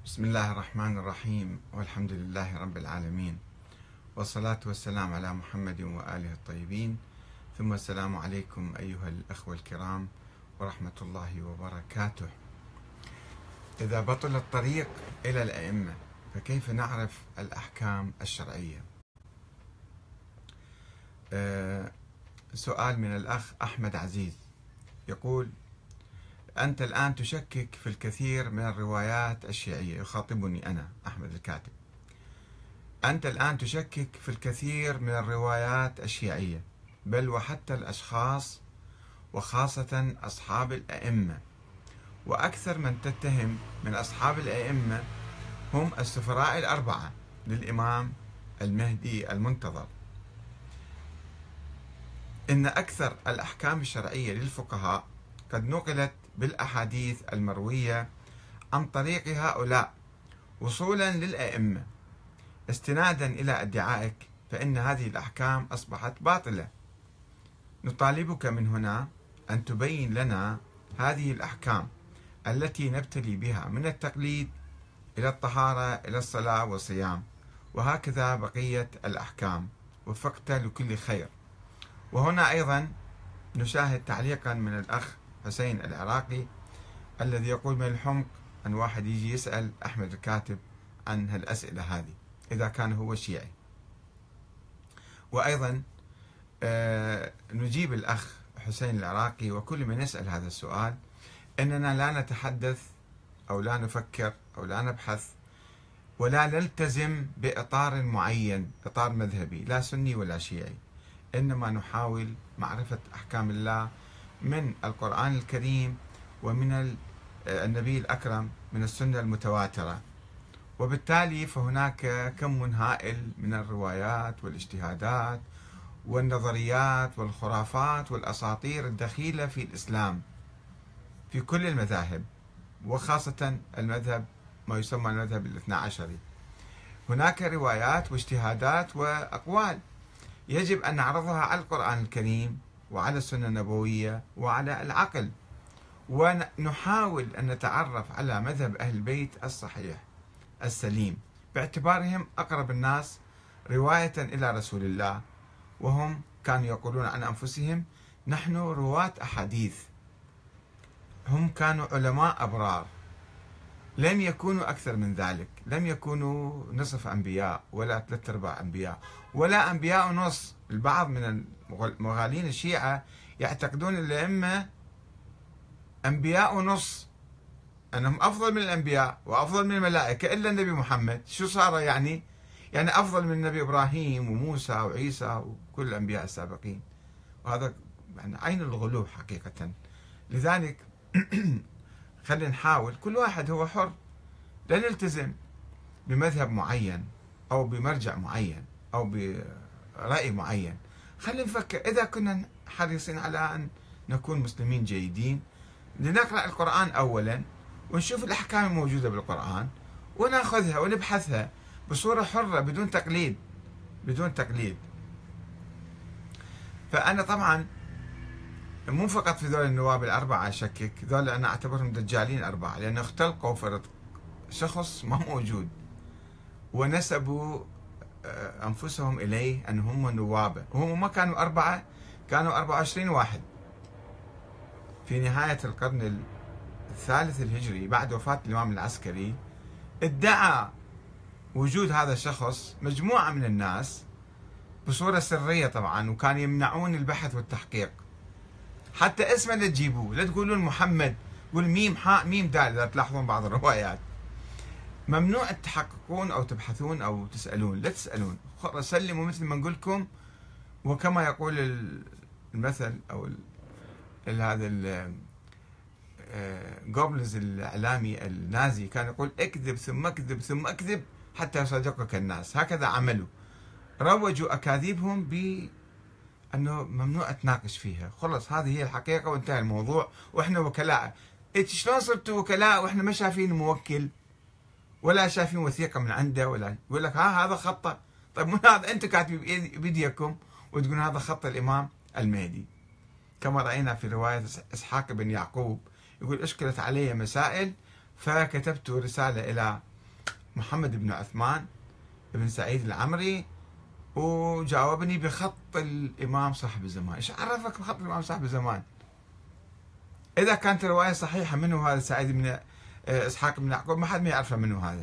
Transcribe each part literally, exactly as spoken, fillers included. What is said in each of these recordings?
بسم الله الرحمن الرحيم، والحمد لله رب العالمين، والصلاة والسلام على محمد وآله الطيبين، ثم السلام عليكم أيها الأخوة الكرام ورحمة الله وبركاته. إذا بطل الطريق إلى الأئمة فكيف نعرف الأحكام الشرعية؟ أه سؤال من الأخ أحمد عزيز يقول: أنت الآن تشكك في الكثير من الروايات الشيعية. يخاطبني أنا أحمد الكاتب. أنت الآن تشكك في الكثير من الروايات الشيعية، بل وحتى الأشخاص، وخاصة أصحاب الأئمة، وأكثر من تتهم من أصحاب الأئمة هم السفراء الأربعة للإمام المهدي المنتظر. إن أكثر الأحكام الشرعية للفقهاء قد نقلت بالأحاديث المروية عن طريق هؤلاء وصولا للأئمة. استنادا إلى ادعائك فإن هذه الأحكام أصبحت باطلة. نطالبك من هنا أن تبين لنا هذه الأحكام التي نبتلي بها، من التقليد إلى الطهارة إلى الصلاة والصيام، وهكذا بقية الأحكام. وفقت لكل خير. وهنا أيضا نشاهد تعليقا من الأخ حسين العراقي الذي يقول: من الحمق أن واحد يجي يسأل أحمد الكاتب عن هالأسئلة هذه إذا كان هو شيعي. وأيضا آه نجيب الأخ حسين العراقي وكل من يسأل هذا السؤال أننا لا نتحدث أو لا نفكر أو لا نبحث ولا نلتزم بإطار معين، إطار مذهبي لا سني ولا شيعي، إنما نحاول معرفة أحكام الله من القرآن الكريم ومن النبي الأكرم من السنة المتواترة. وبالتالي فهناك كم هائل من الروايات والاجتهادات والنظريات والخرافات والأساطير الدخيلة في الإسلام في كل المذاهب، وخاصة المذهب ما يسمى المذهب الاثنى عشري. هناك روايات واجتهادات وأقوال يجب أن نعرضها على القرآن الكريم وعلى السنة النبوية وعلى العقل، ونحاول أن نتعرف على مذهب أهل البيت الصحيح السليم باعتبارهم أقرب الناس رواية إلى رسول الله، وهم كانوا يقولون عن أنفسهم: نحن رواة أحاديث. هم كانوا علماء أبرار، لم يكونوا أكثر من ذلك، لم يكونوا نصف أنبياء ولا ثلاثة أرباع أنبياء ولا أنبياء ونص. البعض من المغالين الشيعة يعتقدون الأئمة أنبياء ونص، أنهم أفضل من الأنبياء وأفضل من الملائكة إلا النبي محمد. شو صار يعني؟ يعني أفضل من النبي إبراهيم وموسى وعيسى وكل الأنبياء السابقين. وهذا يعني عين الغلو حقيقة. لذلك خلينا نحاول، كل واحد هو حر، لا نلتزم بمذهب معين أو بمرجع معين أو برأي معين. خلينا نفكر، إذا كنا حريصين على أن نكون مسلمين جيدين لنقرأ القرآن أولا ونشوف الأحكام الموجودة بالقرآن ونأخذها ونبحثها بصورة حرة بدون تقليد بدون تقليد. فأنا طبعا مو فقط في ذول النواب الأربعة أشكك، ذول أنا أعتبرهم دجالين أربعة، لأنه اختلقوا فرد شخص ما موجود ونسبوا أنفسهم إليه أن هم نوابه، وهم ما كانوا أربعة، كانوا أربعة وعشرين واحد. في نهاية القرن الثالث الهجري بعد وفاة الإمام العسكري ادعى وجود هذا الشخص مجموعة من الناس بصورة سرية طبعا، وكان يمنعون البحث والتحقيق. حتى اسمه لا تجيبوه، لا تقولون محمد، قول ميم حاء ميم دال. إذا تلاحظون بعض الروايات ممنوع تحققون أو تبحثون أو تسألون، لا تسألون، سلموا مثل ما نقول لكم. وكما يقول المثل أو هذا جوبلز الإعلامي النازي كان يقول: اكذب ثم اكذب ثم اكذب حتى يصدقك الناس. هكذا عملوا، روجوا أكاذيبهم بأنه ممنوع تناقش فيها، خلص هذه هي الحقيقة وانتهى الموضوع، وإحنا وكلاء. إنت شلون صرتوا وكلاء وإحنا ما شايفين موكل ولا شايفين وثيقة من عنده؟ ولا يقول لك ها هذا خطه. طيب من هذا أنتم كاتبين بيديكم وتقولون هذا خط الإمام المهدي، كما رأينا في رواية إسحاق بن يعقوب يقول: أشكلت علي مسائل فكتبت رسالة إلى محمد بن عثمان بن سعيد العمري، وجاوبني بخط الإمام صاحب الزمان. إيش عرفك بخط الإمام صاحب الزمان؟ إذا كانت الرواية صحيحة، منه هذا سعيد بن إسحاق بن يعقوب؟ ما حد ما يعرفه منه هذا.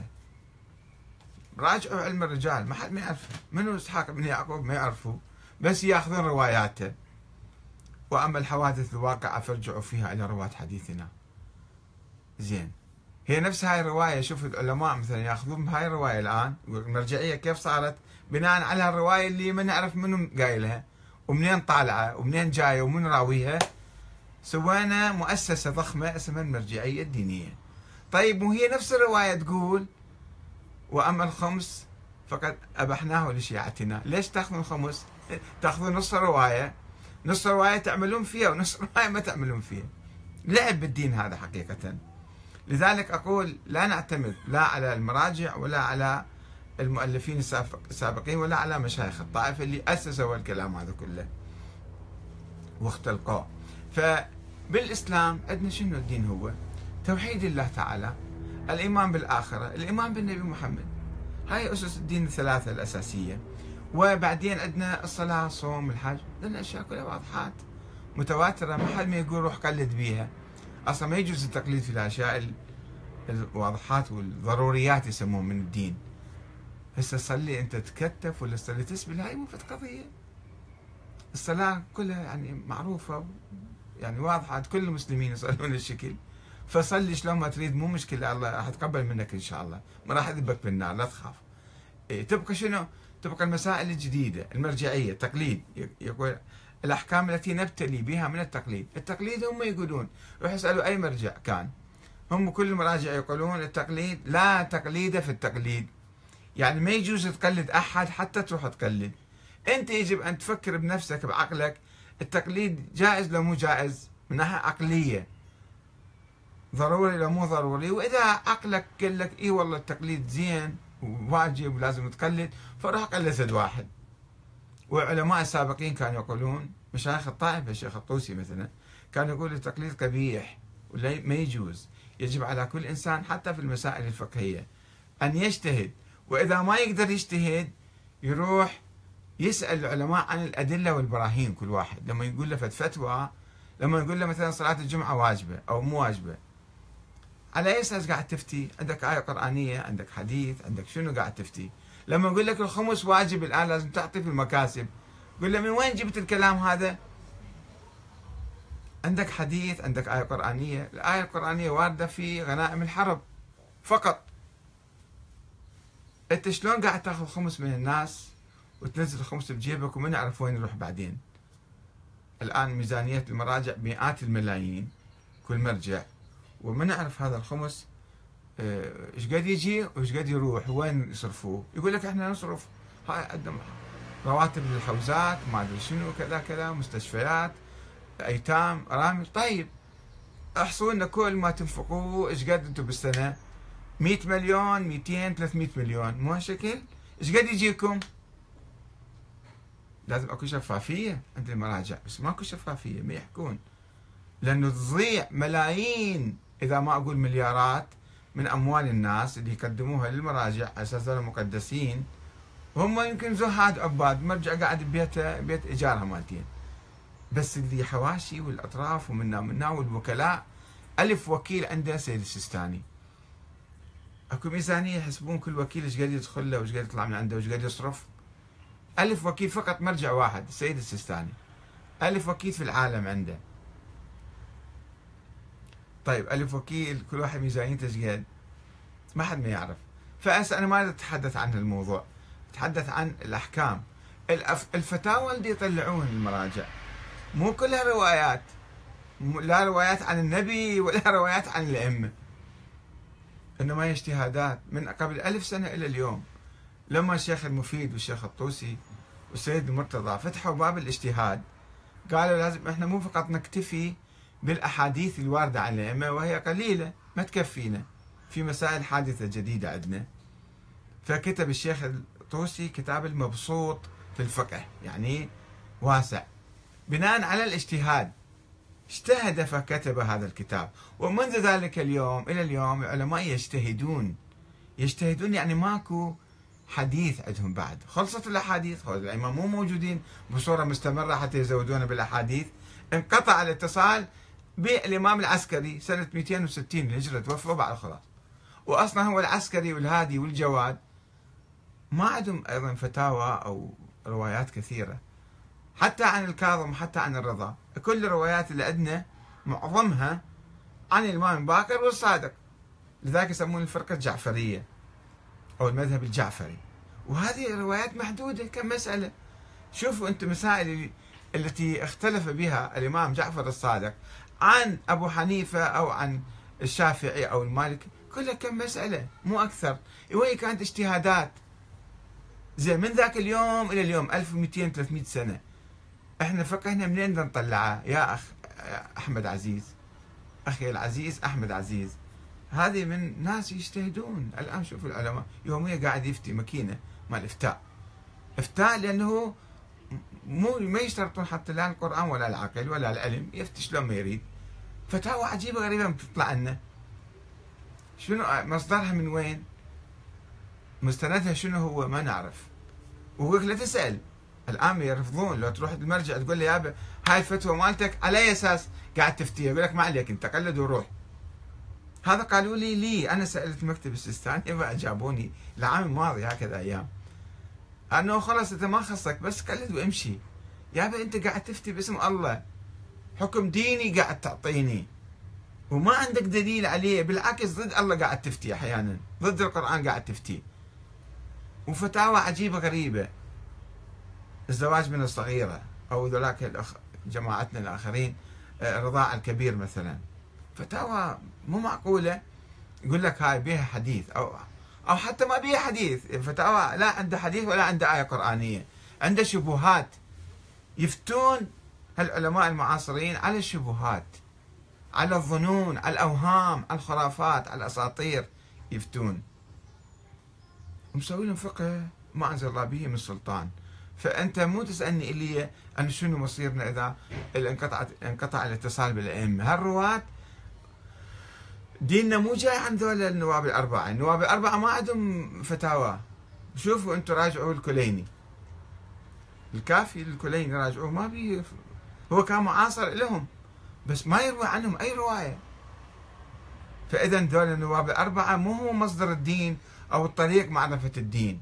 راجعوا علم الرجال، ما حد ما يعرفه منه. إسحاق بن يعقوب ما يعرفوا، بس ياخذون رواياته. وأما الحوادث الواقعة فارجعوا فيها إلى رواة حديثنا. زين، هي نفس هاي الرواية. شوف العلماء مثلا ياخذون بهاي الرواية الآن، المرجعية كيف صارت؟ بناء على الرواية اللي ما نعرف منو قايلها ومنين طالعة ومنين جاية ومن راويها، سوينا مؤسسة ضخمة اسمها المرجعية الدينية. طيب، وهي نفس الرواية تقول وأما الخمس فقد أبحناه لشيعتنا. ليش تأخذون الخمس؟ تأخذون نص الرواية، نص الرواية تعملون فيها ونص الرواية ما تعملون فيها. لعب بالدين هذا حقيقة. لذلك أقول لا نعتمد لا على المراجع ولا على المؤلفين السابقين ولا على مشايخ الطائفة اللي أسسوا الكلام هذا كله واختلقوه. فبالإسلام عندنا شنو الدين؟ هو توحيد الله تعالى، الإيمان بالآخرة، الإيمان بالنبي محمد. هاي أسس الدين الثلاثة الأساسية. وبعدين عندنا الصلاة، الصوم، الحج، عندنا أشياء كلها واضحات متواترة، ما حد ما يقول روح قلد بيها. أصلا ما يجوز التقليد في الأشياء الواضحات والضروريات يسمون من الدين. هسه صلي أنت تكتف ولا تصلي تسبل، هاي مو فد قضية. الصلاة كلها يعني معروفة، يعني واضحة، كل المسلمين يصلون الشكل. فصلي شلون ما تريد، مو مشكلة، الله راح يتقبل منك إن شاء الله، ما راح يذبك بالنار، لا تخاف. إيه، تبقى شنو؟ تبقى المسائل الجديدة، المرجعية، التقليد. يقول الأحكام التي نبتلي بها من التقليد. التقليد هم يقولون، روح اسألوا أي مرجع كان، هم كل المراجع يقولون التقليد لا تقليد في التقليد. يعني ما يجوز تقلد أحد حتى تروح تقلد. أنت يجب أن تفكر بنفسك بعقلك، التقليد جائز لو مو جائز من ناحية عقلية، ضروري لو مو ضروري. وإذا عقلك قال لك إيه والله التقليد زين وواجب ولازم تقلد، فراح قلد واحد. والعلماء السابقين كانوا يقولون، مشايخ الطائفة الشيخ الطوسي مثلا كان يقول التقليد قبيح ولا ما يجوز. يجب على كل إنسان حتى في المسائل الفقهية أن يجتهد، وإذا ما يقدر يجتهد يروح يسأل العلماء عن الأدلة والبراهين. كل واحد لما يقول له فتوى، لما يقول له مثلا صلاة الجمعة واجبة أو مو واجبة، على أي أساس قاعد تفتي؟ عندك آية قرآنية، عندك حديث، عندك شنو قاعد تفتي؟ لما يقول لك الخمس واجب الآن لازم تعطي في المكاسب، قل له من وين جبت الكلام هذا؟ عندك حديث، عندك آية قرآنية. الآية القرآنية واردة في غنائم الحرب فقط. أنت شلون قاعد تاخذ خمس من الناس وتنزل الخمس بجيبك وما نعرف وين يروح بعدين؟ الآن ميزانية المراجع مئات الملايين كل مرجع، وما نعرف هذا الخمس ايش قد يجي وايش قد يروح، وين يصرفوه. يقول لك احنا نصرف، هاي عندنا رواتب للحوزات، ما ادري شنو، كذا كذا، مستشفيات، ايتام، ارامل. طيب احصوا لنا كل ما تنفقوه ايش قد انتم بالسنه، مئة مليون، مئتين، ثلاثمئة مليون، مو هالشكل؟ ايش قد يجيكم؟ لازم اكو شفافيه عند المراجع، بس ماكو شفافيه، ما يحكون، لانه تضيع ملايين اذا ما اقول مليارات من اموال الناس اللي يقدموها للمراجع على اساس انهم مقدسين، وهم يمكن زهاد عباد، مرجع قاعد ببيته، بيت ايجارها مالتين، بس اللي حواشي والاطراف ومنا ومنا والوكلاء. الف وكيل عنده سيد السيستاني، اكو ميزانيه يحسبون كل وكيل ايش قد يدخل له وايش قد يطلع من عنده وايش قد يصرف. الف وكيل فقط، مرجع واحد السيد السيستاني، الف وكيل في العالم عنده. طيب ألف وكيل كل واحد ميزانيته ايش قد؟ ما حد ما يعرف. فأنا ما أتحدث عن الموضوع، أتحدث عن الأحكام. الفتاوى اللي يطلعون المراجع مو كلها روايات، لا روايات عن النبي ولا روايات عن الأئمة، إنما هي اجتهادات من قبل ألف سنة إلى اليوم. لما الشيخ المفيد والشيخ الطوسي والسيد المرتضى فتحوا باب الاجتهاد، قالوا لازم إحنا مو فقط نكتفي بالأحاديث الواردة عن الأئمة وهي قليلة ما تكفينا، في مسائل حادثة جديدة عندنا. فكتب الشيخ الطوسي كتاب المبسوط في الفقه، يعني واسع، بناء على الاجتهاد. اجتهد فكتب هذا الكتاب، ومنذ ذلك اليوم إلى اليوم العلماء يجتهدون يجتهدون، يعني ماكو حديث عندهم بعد، خلصت الأحاديث، الأئمة مو موجودين بصورة مستمرة حتى يزودون بالأحاديث. انقطع الاتصال بالإمام العسكري سنة مئتين وستين الهجرة، توفى بعد خلاص. وأصلا هو العسكري والهادي والجواد ما عندهم أيضا فتاوى أو روايات كثيرة، حتى عن الكاظم حتى عن الرضا. كل الروايات اللي عندنا معظمها عن الإمام باكر والصادق، لذلك يسمون الفرقة الجعفرية أو المذهب الجعفري. وهذه روايات محدودة كم مسألة. شوفوا أنتم مسائل التي اختلف بها الإمام جعفر الصادق عن أبو حنيفة أو عن الشافعي أو المالكي، كلها كم مسألة مو أكثر، وهي كانت اجتهادات. زين من ذاك اليوم إلى اليوم ألف ومئتين ثلاثمئة سنة، احنا فقهنا منين بدنا نطلعه يا أخ أحمد عزيز، أخي العزيز أحمد عزيز؟ هذه من ناس يجتهدون. الآن شوفوا العلماء يوميا قاعد يفتي ماكينة مال إفتاء، إفتاء لأنه مو ما يشترطون حتى لا القرآن ولا العقل ولا العلم، يفتي شلون ما يريد. فتاوى عجيبة غريبة بتطلع لنا، شنو مصدرها من وين؟ مستندها شنو هو؟ ما نعرف. ويقول لا تسأل. الآن يرفضون، لو تروح المرجع تقول له يابا هاي الفتوى مالتك على أي أساس قاعد تفتيها؟ يقول لك ما عليك أنت قلد وروح. هذا قالوا لي لي أنا سألت مكتب السيستاني فأجابوني العام الماضي هكذا أيام، أنه خلاص أنت ما خصك بس قلد وامشي. يابا أنت قاعد تفتي باسم الله، حكم ديني قاعد تعطيني وما عندك دليل عليه، بالعكس ضد الله قاعد تفتي، أحيانا ضد القرآن قاعد تفتي. وفتاوى عجيبة غريبة، الزواج من الصغيرة أو ذولاك الأخ جماعتنا الآخرين، الرضاعة الكبير مثلا، فتاوى مو معقولة. يقول لك هاي بيها حديث أو أو حتى ما بيها حديث، فتاوى لا عنده حديث ولا عنده آية قرآنية، عنده شبهات. يفتون هالعلماء المعاصرين على الشبهات، على الظنون، على الأوهام، على الخرافات، على الأساطير يفتون، ومسوي لهم فقه ما أنزل الله به من سلطان. فأنت مو تسألني إلي أن شنو مصيرنا إذا انقطعت انقطع الاتصال بالأئمة. هالرواة ديننا مو جاي عن ذول النواب الأربعة، النواب الأربعة ما عندهم فتاوى. شوفوا أنتم راجعوا الكليني، الكافي الكليني راجعوه ما بي، هو كان معاصر لهم بس ما يروي عنهم أي رواية. فإذا ذول النواب الأربعة مو هو مصدر الدين أو الطريق معرفة الدين،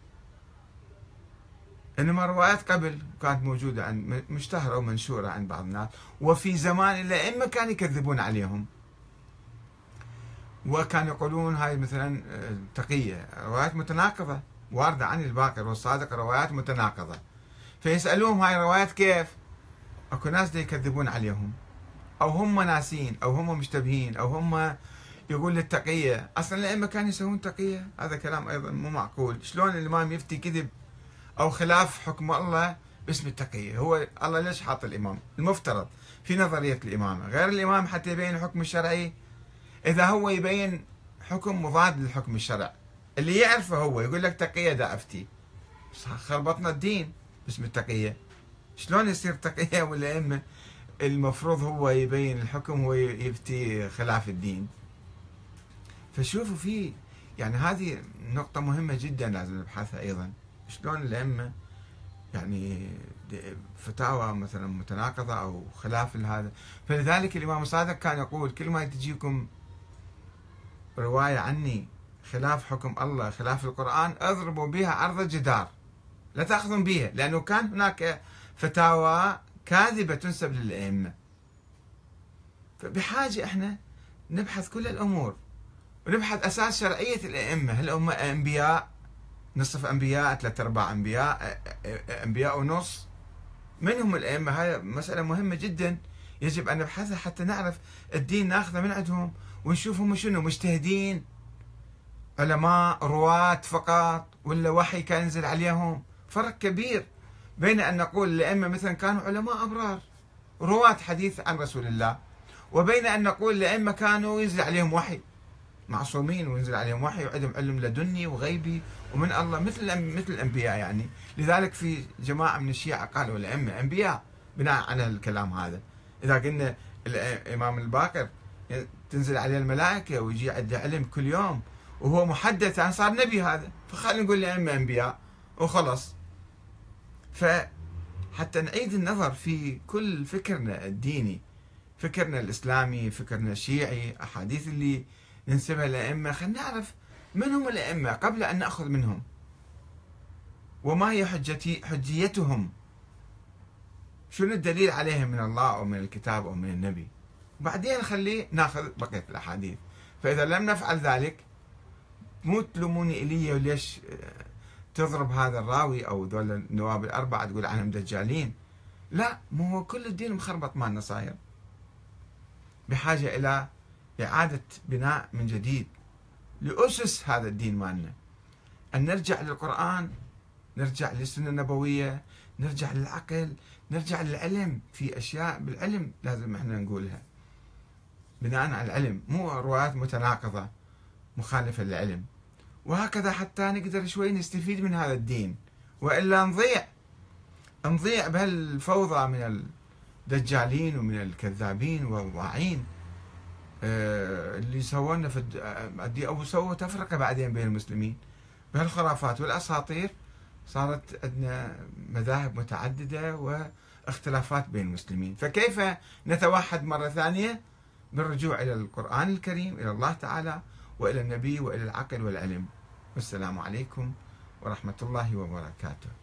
إنما روايات قبل كانت موجودة عن مشتهرة ومنشورة عند بعض الناس، وفي زمان الأئمة كانوا يكذبون عليهم وكانوا يقولون هاي مثلا تقية، روايات متناقضة واردة عن الباقر والصادق، روايات متناقضة. فيسألوهم هاي الروايات كيف؟ اكو ناس دي يكذبون عليهم، او هم ناسين، او هم مشتبهين، او هم يقول للتقية. اصلا الأئمة كانوا يسوون تقية، هذا كلام ايضا مو معقول. شلون الامام يفتي كذب او خلاف حكم الله باسم التقية؟ هو الله ليش حاط الامام؟ المفترض في نظرية الامامة غير الامام حتى يبين الحكم الشرعي. اذا هو يبين حكم مضاد للحكم الشرعي اللي يعرفه هو، يقول لك تقية دا افتي، خربطنا الدين باسم التقية. شلون يصير تقية والأئمة المفروض هو يبين الحكم ويفتي خلاف الدين؟ فشوفوا في يعني هذه نقطة مهمة جدا لازم نبحثها أيضا، شلون الأئمة يعني فتاوى مثلا متناقضة أو خلاف هذا. فلذلك الإمام الصادق كان يقول كل ما تجيكم رواية عني خلاف حكم الله خلاف القرآن اضربوا بها عرض الجدار، لا تأخذون بها، لأنه كان هناك فتاوى كاذبة تنسب للأئمة. فبحاجة احنا نبحث كل الأمور ونبحث أساس شرعية الأئمة. هل هم أنبياء؟ نصف أنبياء؟ ثلاثة أرباع أنبياء؟ أنبياء ونص؟ من هم الأئمة؟ هاي مسألة مهمة جدا يجب أن نبحثها حتى نعرف الدين ناخذه من عندهم ونشوف هم شنو، مجتهدين، علماء، رواة فقط، ولا وحي كان ينزل عليهم؟ فرق كبير بين أن نقول الأئمة مثلا كانوا علماء أبرار رواة حديث عن رسول الله، وبين أن نقول الأئمة كانوا ينزل عليهم وحي، معصومين وينزل عليهم وحي وعندهم علم لدني وغيبي ومن الله مثل مثل الأنبياء يعني. لذلك في جماعة من الشيعة قالوا الأئمة أنبياء بناء على الكلام هذا. إذا قلنا الإمام الباقر تنزل عليه الملائكة ويجي عنده علم كل يوم وهو محدث عن صار نبي هذا، فخلينا نقول الأئمة أنبياء وخلص. فحتى نعيد النظر في كل فكرنا الديني، فكرنا الإسلامي، فكرنا الشيعي، أحاديث اللي ننسبها للأئمة، خلينا نعرف من هم الأئمة قبل أن نأخذ منهم، وما هي حجتي حجيتهم، شنو الدليل عليهم من الله أو من الكتاب أو من النبي، وبعدين خليه ناخذ بقية الأحاديث. فإذا لم نفعل ذلك مو تلوموني إلي وليش تضرب هذا الراوي أو ذول النواب الأربعة تقول عنهم دجالين. لا، مو هو كل الدين مخربط مالنا صاير، بحاجة إلى إعادة بناء من جديد لأسس هذا الدين مالنا، أن نرجع للقرآن، نرجع للسنة النبوية، نرجع للعقل، نرجع للعلم. في أشياء بالعلم لازم احنا نقولها بناء على العلم، مو روايات متناقضة مخالفة للعلم، وهكذا حتى نقدر شوي نستفيد من هذا الدين، وإلا نضيع نضيع بهالفوضى من الدجالين ومن الكذابين والواعين اللي سوونا في الدين، أو سووا تفرقة بعدين بين المسلمين بهالخرافات والأساطير. صارت عندنا مذاهب متعددة واختلافات بين المسلمين، فكيف نتوحد مرة ثانية؟ بالرجوع إلى القرآن الكريم، إلى الله تعالى وإلى النبي وإلى العقل والعلم. والسلام عليكم ورحمة الله وبركاته.